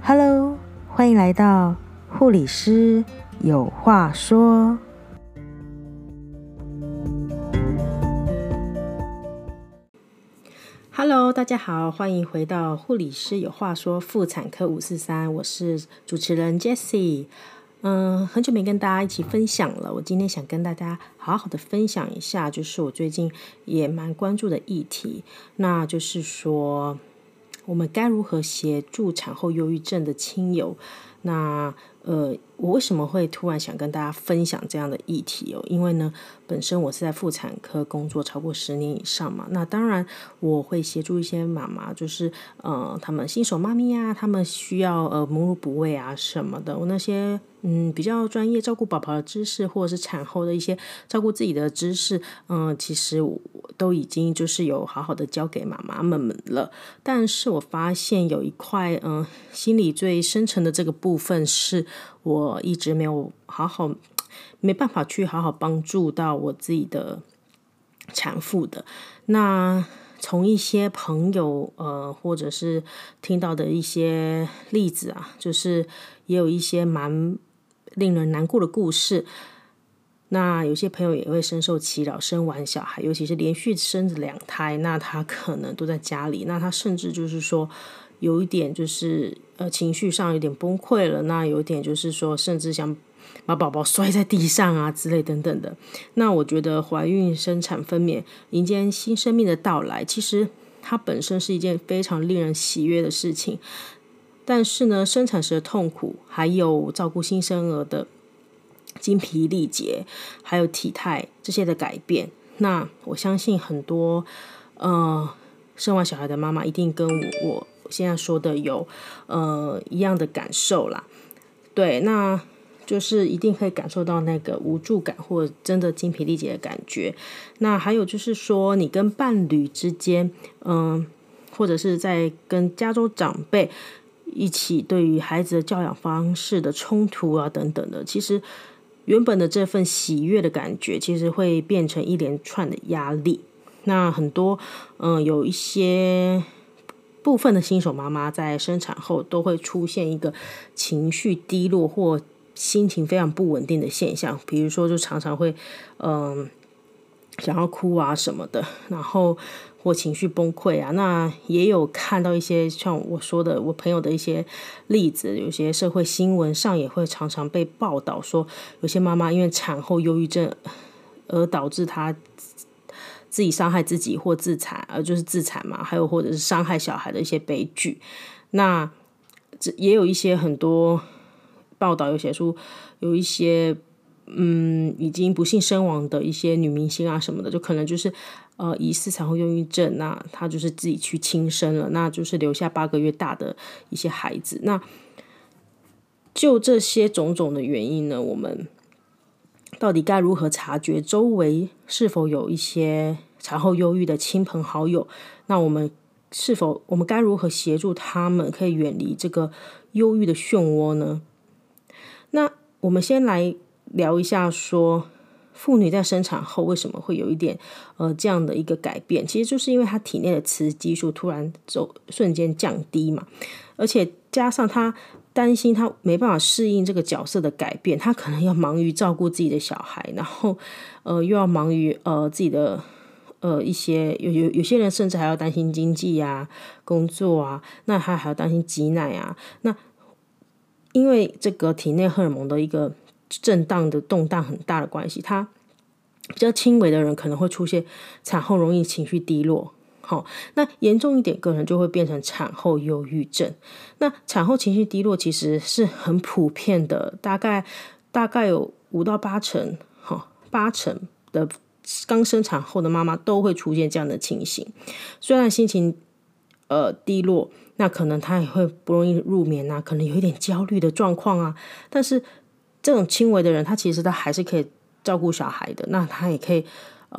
Hello， 欢迎来到护理师有话说。Hello， 大家好，欢迎回到护理师有话说妇产科543，我是主持人 Jessie。很久没跟大家一起分享了，我今天想跟大家好好的分享一下，就是我最近也蛮关注的议题，那就是说我们该如何协助产后忧郁症的亲友。那我为什么会突然想跟大家分享这样的议题哦？因为呢，本身我是在妇产科工作超过10年以上嘛，那当然我会协助一些妈妈，就是他们新手妈咪啊，他们需要母乳哺喂啊什么的，我那些比较专业照顾宝宝的知识，或者是产后的一些照顾自己的知识，其实我都已经就是有好好的教给妈妈们了。但是我发现有一块心里最深层的这个部分，是我一直没办法去好好帮助到我自己的产妇的。那从一些朋友或者是听到的一些例子啊，就是也有一些蛮令人难过的故事。那有些朋友也会深受其扰，生完小孩，尤其是连续生2胎，那他可能都在家里，那他甚至就是说有一点就是情绪上有点崩溃了，那有点就是说甚至想把宝宝摔在地上啊之类等等的。那我觉得怀孕、生产、分娩，迎接新生命的到来，其实它本身是一件非常令人喜悦的事情。但是呢，生产时的痛苦，还有照顾新生儿的精疲力竭，还有体态这些的改变，那我相信很多生完小孩的妈妈一定跟我现在说的有一样的感受啦。对，那就是一定可以感受到那个无助感或真的精疲力竭的感觉。那还有就是说，你跟伴侣之间或者是在跟家中长辈一起对于孩子的教养方式的冲突啊等等的，其实原本的这份喜悦的感觉，其实会变成一连串的压力。那很多有一些部分的新手妈妈在生产后都会出现一个情绪低落或心情非常不稳定的现象，比如说就常常会想要哭啊什么的，然后或情绪崩溃啊。那也有看到一些像我说的我朋友的一些例子，有些社会新闻上也会常常被报道说，有些妈妈因为产后忧郁症而导致她自己伤害自己或自残，就是自残嘛，还有或者是伤害小孩的一些悲剧。那也有一些很多报道有写出有一些已经不幸身亡的一些女明星啊什么的，就可能就是疑似产后忧郁症，那她就是自己去轻生了，那就是留下8个月大的一些孩子。那就这些种种的原因呢，我们到底该如何察觉周围是否有一些产后忧郁的亲朋好友？那我们该如何协助他们可以远离这个忧郁的漩涡呢？那我们先来聊一下说，妇女在生产后为什么会有一点这样的一个改变，其实就是因为她体内的雌激素突然瞬间降低嘛，而且加上她担心她没办法适应这个角色的改变，她可能要忙于照顾自己的小孩，然后又要忙于自己的一些有些人甚至还要担心经济啊、工作啊，那他还要担心挤奶啊。那因为这个体内荷尔蒙的一个震荡的动荡很大的关系，它比较轻微的人可能会出现产后容易情绪低落，那严重一点可能就会变成产后忧郁症。那产后情绪低落其实是很普遍的，大概有5到8成，8成的刚生产后的妈妈都会出现这样的情形。虽然心情低落，那可能她也会不容易入眠啊，可能有一点焦虑的状况啊，但是这种轻微的人，他其实他还是可以照顾小孩的，那他也可以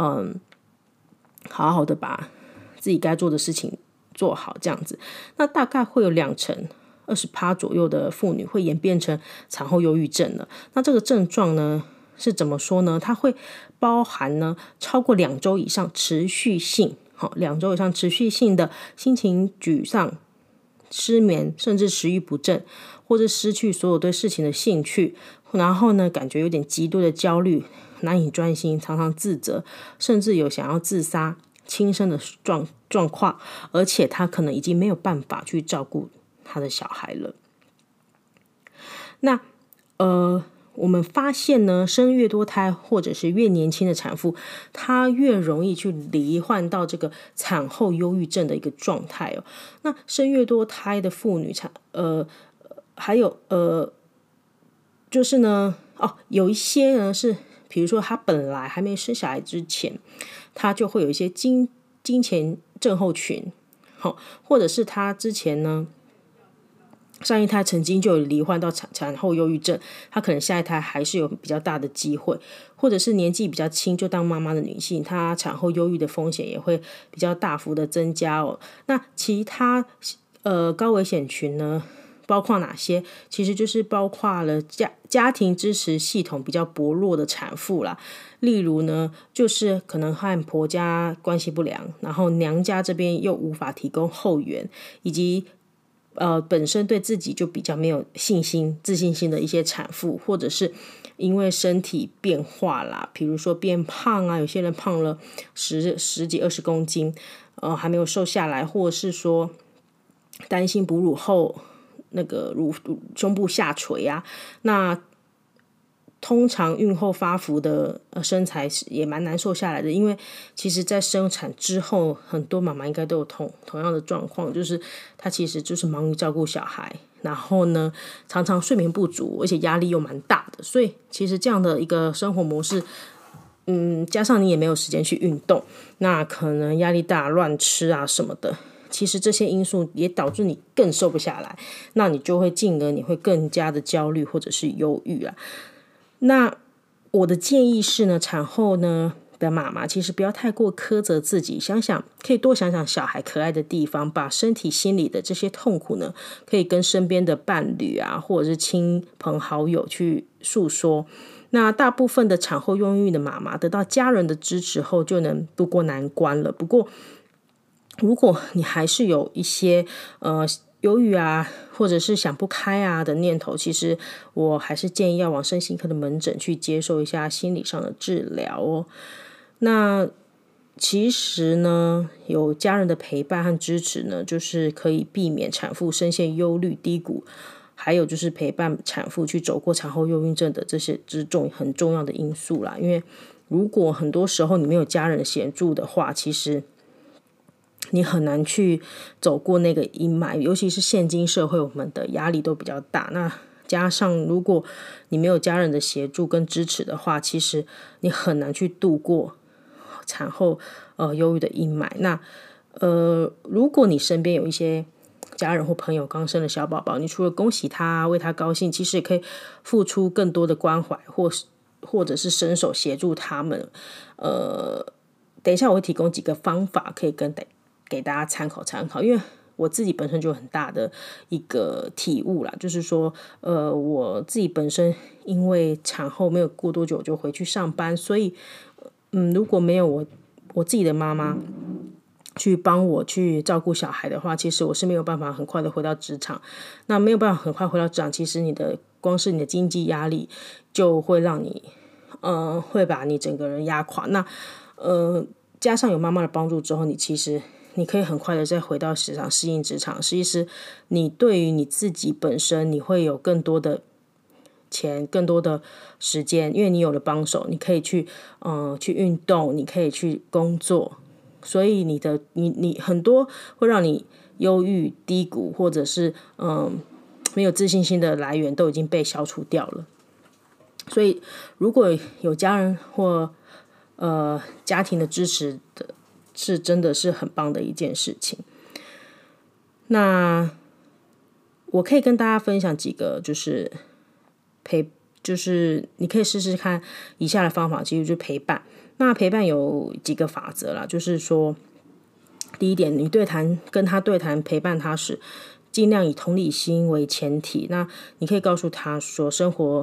好好的把自己该做的事情做好这样子。那大概会有2成20%左右的妇女会演变成产后忧郁症了。那这个症状呢是怎么说呢？它会包含呢超过2周以上持续性，2周以上持续性的心情沮丧、 失眠，甚至食欲不振，或者失去所有对事情的兴趣，然后呢，感觉有点极度的焦虑，难以专心，常常自责，甚至有想要自杀轻生的状况，而且他可能已经没有办法去照顾他的小孩了。那我们发现呢，生越多胎或者是越年轻的产妇，她越容易去罹患到这个产后忧郁症的一个状态哦。那生越多胎的妇女还有就是呢，有一些呢是，比如说她本来还没生小孩之前，她就会有一些金钱症候群，或者是她之前呢，上一胎曾经就有罹患到产后忧郁症，她可能下一胎还是有比较大的机会，或者是年纪比较轻就当妈妈的女性，她产后忧郁的风险也会比较大幅的增加哦。那其他高危险群呢，包括哪些？其实就是包括了家庭支持系统比较薄弱的产妇啦，例如呢，就是可能和婆家关系不良，然后娘家这边又无法提供后援，以及本身对自己就比较没有信心、自信心的一些产妇，或者是因为身体变化啦，比如说变胖啊，有些人胖了十几20公斤，还没有瘦下来，或者是说担心哺乳后那个胸部下垂啊，那通常孕后发福的身材也蛮难瘦下来的，因为其实在生产之后，很多妈妈应该都有同样的状况，就是她其实就是忙于照顾小孩，然后呢常常睡眠不足，而且压力又蛮大的，所以其实这样的一个生活模式，加上你也没有时间去运动，那可能压力大、乱吃啊什么的，其实这些因素也导致你更瘦不下来，那你就会进而你会更加的焦虑或者是忧郁啊。那我的建议是呢，产后呢的妈妈其实不要太过苛责自己，可以多想想小孩可爱的地方，把身体心理的这些痛苦呢，可以跟身边的伴侣啊，或者是亲朋好友去诉说。那大部分的产后忧郁的妈妈得到家人的支持后，就能度过难关了。不过，如果你还是有一些忧郁啊，或者是想不开啊的念头，其实我还是建议要往身心科的门诊去接受一下心理上的治疗哦。那其实呢，有家人的陪伴和支持呢，就是可以避免产妇深陷忧虑低谷，还有就是陪伴产妇去走过产后忧郁症的这些很重要的因素啦。因为如果很多时候你没有家人协助的话，其实你很难去走过那个阴霾，尤其是现今社会，我们的压力都比较大。那加上如果你没有家人的协助跟支持的话，其实你很难去度过产后忧郁的阴霾。那如果你身边有一些家人或朋友刚生了小宝宝，你除了恭喜他、为他高兴，其实也可以付出更多的关怀，或者是伸手协助他们。等一下我会提供几个方法，可以给大家参考，因为我自己本身就有很大的一个体悟啦，就是说，我自己本身因为产后没有过多久就回去上班，所以，如果没有我自己的妈妈去帮我去照顾小孩的话，其实我是没有办法很快的回到职场。那没有办法很快回到职场，其实光是你的经济压力就会让你，会把你整个人压垮。那，加上有妈妈的帮助之后，你可以很快的再回到职场，适应职场。其实你对于你自己本身，你会有更多的钱、更多的时间，因为你有了帮手，你可以去运动，你可以去工作，所以你很多会让你忧郁、低谷，或者是没有自信心的来源都已经被消除掉了。所以如果有家人或家庭的支持的，是真的是很棒的一件事情。那我可以跟大家分享几个，就是你可以试试看以下的方法，其实就是陪伴。那陪伴有几个法则啦，就是说，第一点，你跟他对谈陪伴他时，尽量以同理心为前提。那你可以告诉他说，生活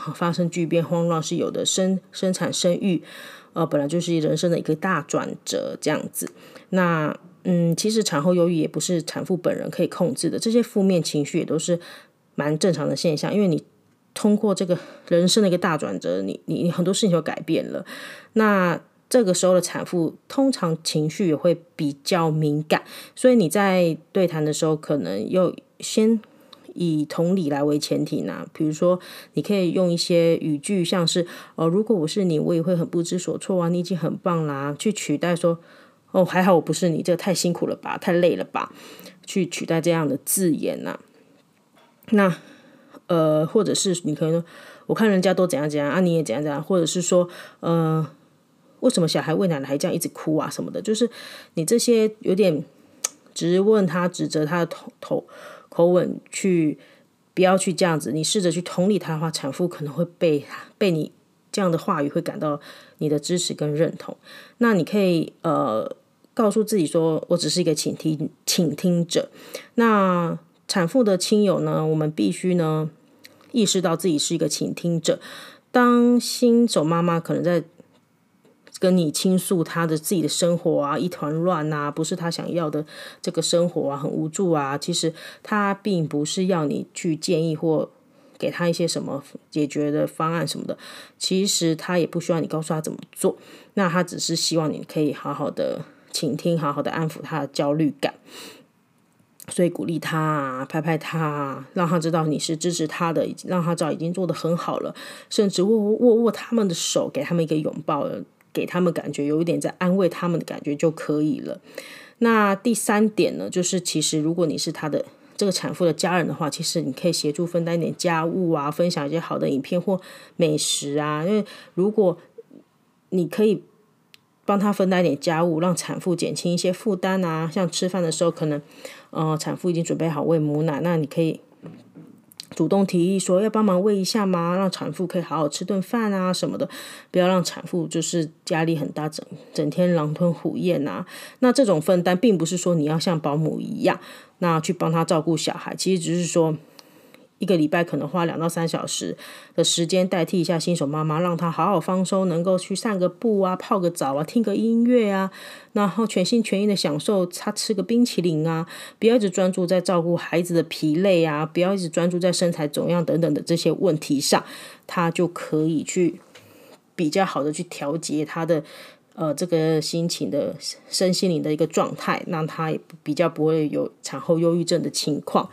发生巨变慌乱是有的，生产生育本来就是人生的一个大转折这样子。那其实产后忧郁也不是产妇本人可以控制的，这些负面情绪也都是蛮正常的现象，因为你通过这个人生的一个大转折，你很多事情就改变了。那这个时候的产妇通常情绪也会比较敏感，所以你在对谈的时候可能又先以同理来为前提呢。比如说你可以用一些语句像是如果我是你我也会很不知所措啊，你已经很棒啦，去取代说还好我不是你，这个太辛苦了吧，太累了吧，去取代这样的字眼啊。那或者是你可能说我看人家都怎样怎样啊，你也怎样怎样，或者是说为什么小孩喂奶奶还这样一直哭啊什么的，就是你这些有点质问他指责他的口吻去不要去这样子，你试着去同理他的话，产妇可能会被你这样的话语会感到你的支持跟认同。那你可以告诉自己说我只是一个倾听者。那产妇的亲友呢，我们必须呢意识到自己是一个倾听者。当新手妈妈可能在跟你倾诉她的自己的生活啊，一团乱啊，不是她想要的这个生活啊，很无助啊，其实她并不是要你去建议或给她一些什么解决的方案什么的，其实她也不需要你告诉她怎么做，那她只是希望你可以好好的倾听，好好的安抚她的焦虑感。所以鼓励他啊，拍拍他啊，让他知道你是支持他的，让他知道已经做得很好了，甚至握他们的手，给他们一个拥抱，给他们感觉有一点在安慰他们的感觉就可以了。那第3点呢，就是其实如果你是他的这个产妇的家人的话，其实你可以协助分担一点家务啊，分享一些好的影片或美食啊，因为如果你可以帮他分担一点家务，让产妇减轻一些负担啊，像吃饭的时候可能产妇已经准备好喂母奶，那你可以主动提议说要帮忙喂一下吗？让产妇可以好好吃顿饭啊什么的，不要让产妇就是压力很大，整天狼吞虎咽啊。那这种分担并不是说你要像保姆一样，那去帮他照顾小孩，其实只是说一个礼拜可能花2到3小时的时间代替一下新手妈妈，让她好好放松，能够去散个步啊，泡个澡啊，听个音乐啊，然后全心全意的享受她吃个冰淇淋啊，不要一直专注在照顾孩子的疲累啊，不要一直专注在身材肿样等等的这些问题上，她就可以去比较好的去调节她的这个心情的身心灵的一个状态，让她也比较不会有产后忧郁症的情况。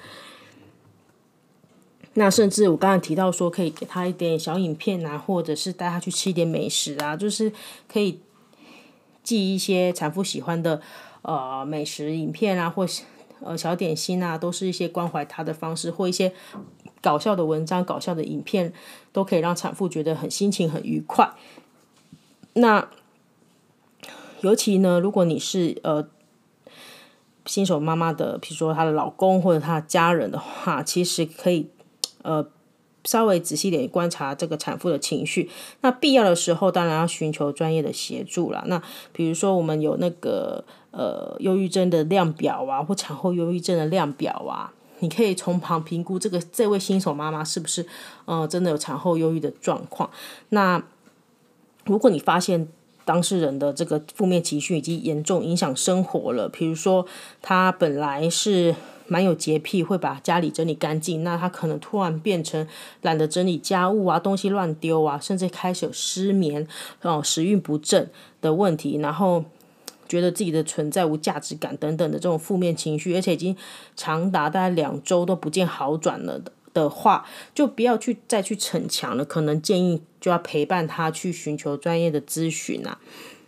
那甚至我刚才提到说可以给他一点小影片啊，或者是带他去吃一点美食啊，就是可以寄一些产妇喜欢的美食影片啊，或小点心啊，都是一些关怀他的方式，或一些搞笑的文章、搞笑的影片，都可以让产妇觉得心情很愉快。那尤其呢，如果你是新手妈妈的，比如说她的老公或者她的家人的话，其实可以稍微仔细点观察这个产妇的情绪，那必要的时候当然要寻求专业的协助啦。那比如说我们有那个忧郁症的量表啊，或产后忧郁症的量表啊，你可以从旁评估这位新手妈妈是不是真的有产后忧郁的状况。那如果你发现当事人的这个负面情绪已经严重影响生活了，比如说他本来是蛮有洁癖，会把家里整理干净，那他可能突然变成懒得整理家务啊，东西乱丢啊，甚至开始有失眠时运不正的问题，然后觉得自己的存在无价值感等等的这种负面情绪，而且已经长达大概2周都不见好转了的话，就不要再去逞强了，可能建议就要陪伴他去寻求专业的咨询啊。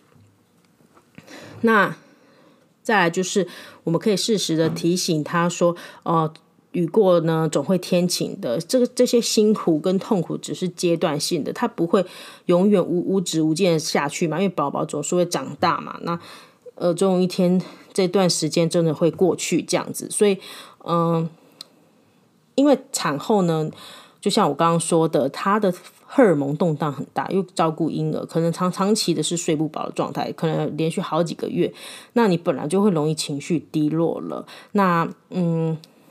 那再来就是我们可以适时的提醒他说雨过呢总会天晴的，这些辛苦跟痛苦只是阶段性的，它不会永远无止无尽的下去嘛，因为宝宝总是会长大嘛，那总有一天这段时间真的会过去这样子。所以因为产后呢，就像我刚刚说的，她的荷尔蒙动荡很大，又照顾婴儿，可能长期的是睡不饱的状态，可能连续好几个月，那你本来就会容易情绪低落了。那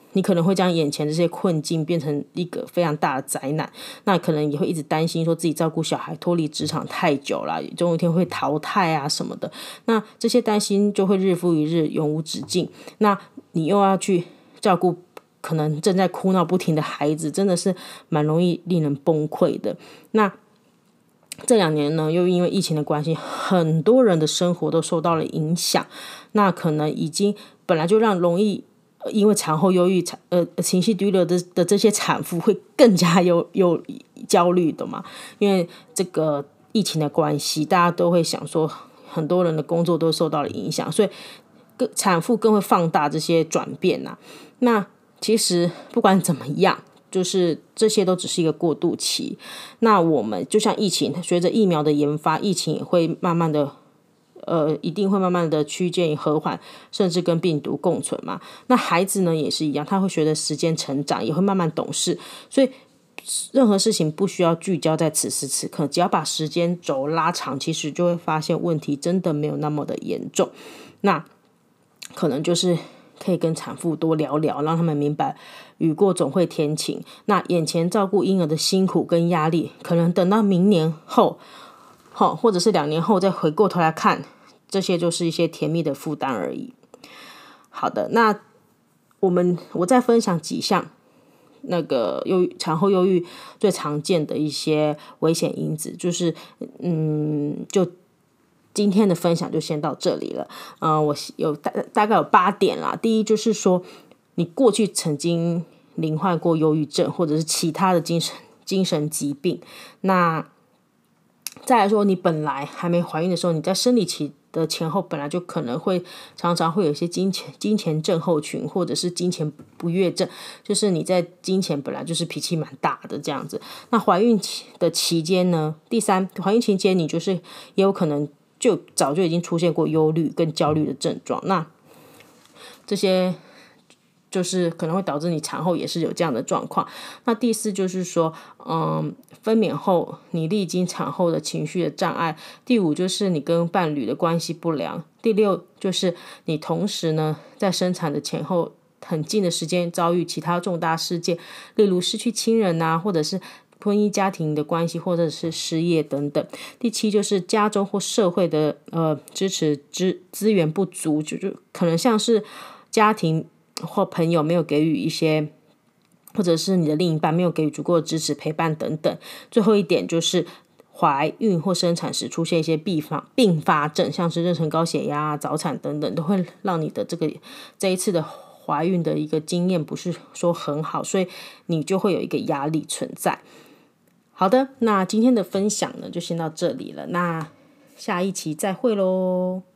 你可能会将眼前这些困境变成一个非常大的灾难，那可能也会一直担心说自己照顾小孩脱离职场太久了，总有一天会淘汰啊什么的，那这些担心就会日复一日，永无止境。那你又要去照顾可能正在哭闹不停的孩子，真的是蛮容易令人崩溃的。那这2年呢，又因为疫情的关系，很多人的生活都受到了影响，那可能已经本来就让容易因为产后忧郁、情绪低落的这些产妇会更加有焦虑的嘛，因为这个疫情的关系，大家都会想说，很多人的工作都受到了影响，所以产妇更会放大这些转变啊。那其实不管怎么样，就是这些都只是一个过渡期。那我们就像疫情，随着疫苗的研发，疫情也会慢慢的一定会慢慢的趋近于和缓，甚至跟病毒共存嘛。那孩子呢也是一样，他会随着时间成长，也会慢慢懂事。所以任何事情不需要聚焦在此时此刻，只要把时间轴拉长，其实就会发现问题真的没有那么的严重。那可能就是可以跟产妇多聊聊，让他们明白雨过总会天晴。那眼前照顾婴儿的辛苦跟压力，可能等到明年后，或者是2年后再回过头来看，这些就是一些甜蜜的负担而已。好的，那我再分享几项那个产后忧郁最常见的一些危险因子，就是就今天的分享就先到这里了。我有大概有8点啦。第一就是说，你过去曾经罹患过忧郁症或者是其他的精神疾病。那再来说，你本来还没怀孕的时候，你在生理期的前后本来就可能会常常会有一些金钱症候群，或者是金钱不悦症，就是你在金钱本来就是脾气蛮大的这样子。那怀孕的期间呢，第三，怀孕期间你就是也有可能就早就已经出现过忧虑跟焦虑的症状，那这些就是可能会导致你产后也是有这样的状况。那第4就是说，分娩后你历经产后的情绪的障碍。第5就是你跟伴侣的关系不良。第6就是你同时呢在生产的前后很近的时间遭遇其他重大事件，例如失去亲人啊，或者是婚姻家庭的关系，或者是失业等等。第7就是家中或社会的支持资源不足，就可能像是家庭或朋友没有给予一些，或者是你的另一半没有给予足够的支持陪伴等等。最后一点就是怀孕或生产时出现一些并发症，像是妊娠高血压、早产等等，都会让你的这一次的怀孕的一个经验不是说很好，所以你就会有一个压力存在。好的，那今天的分享呢就先到这里了，那下一期再会咯。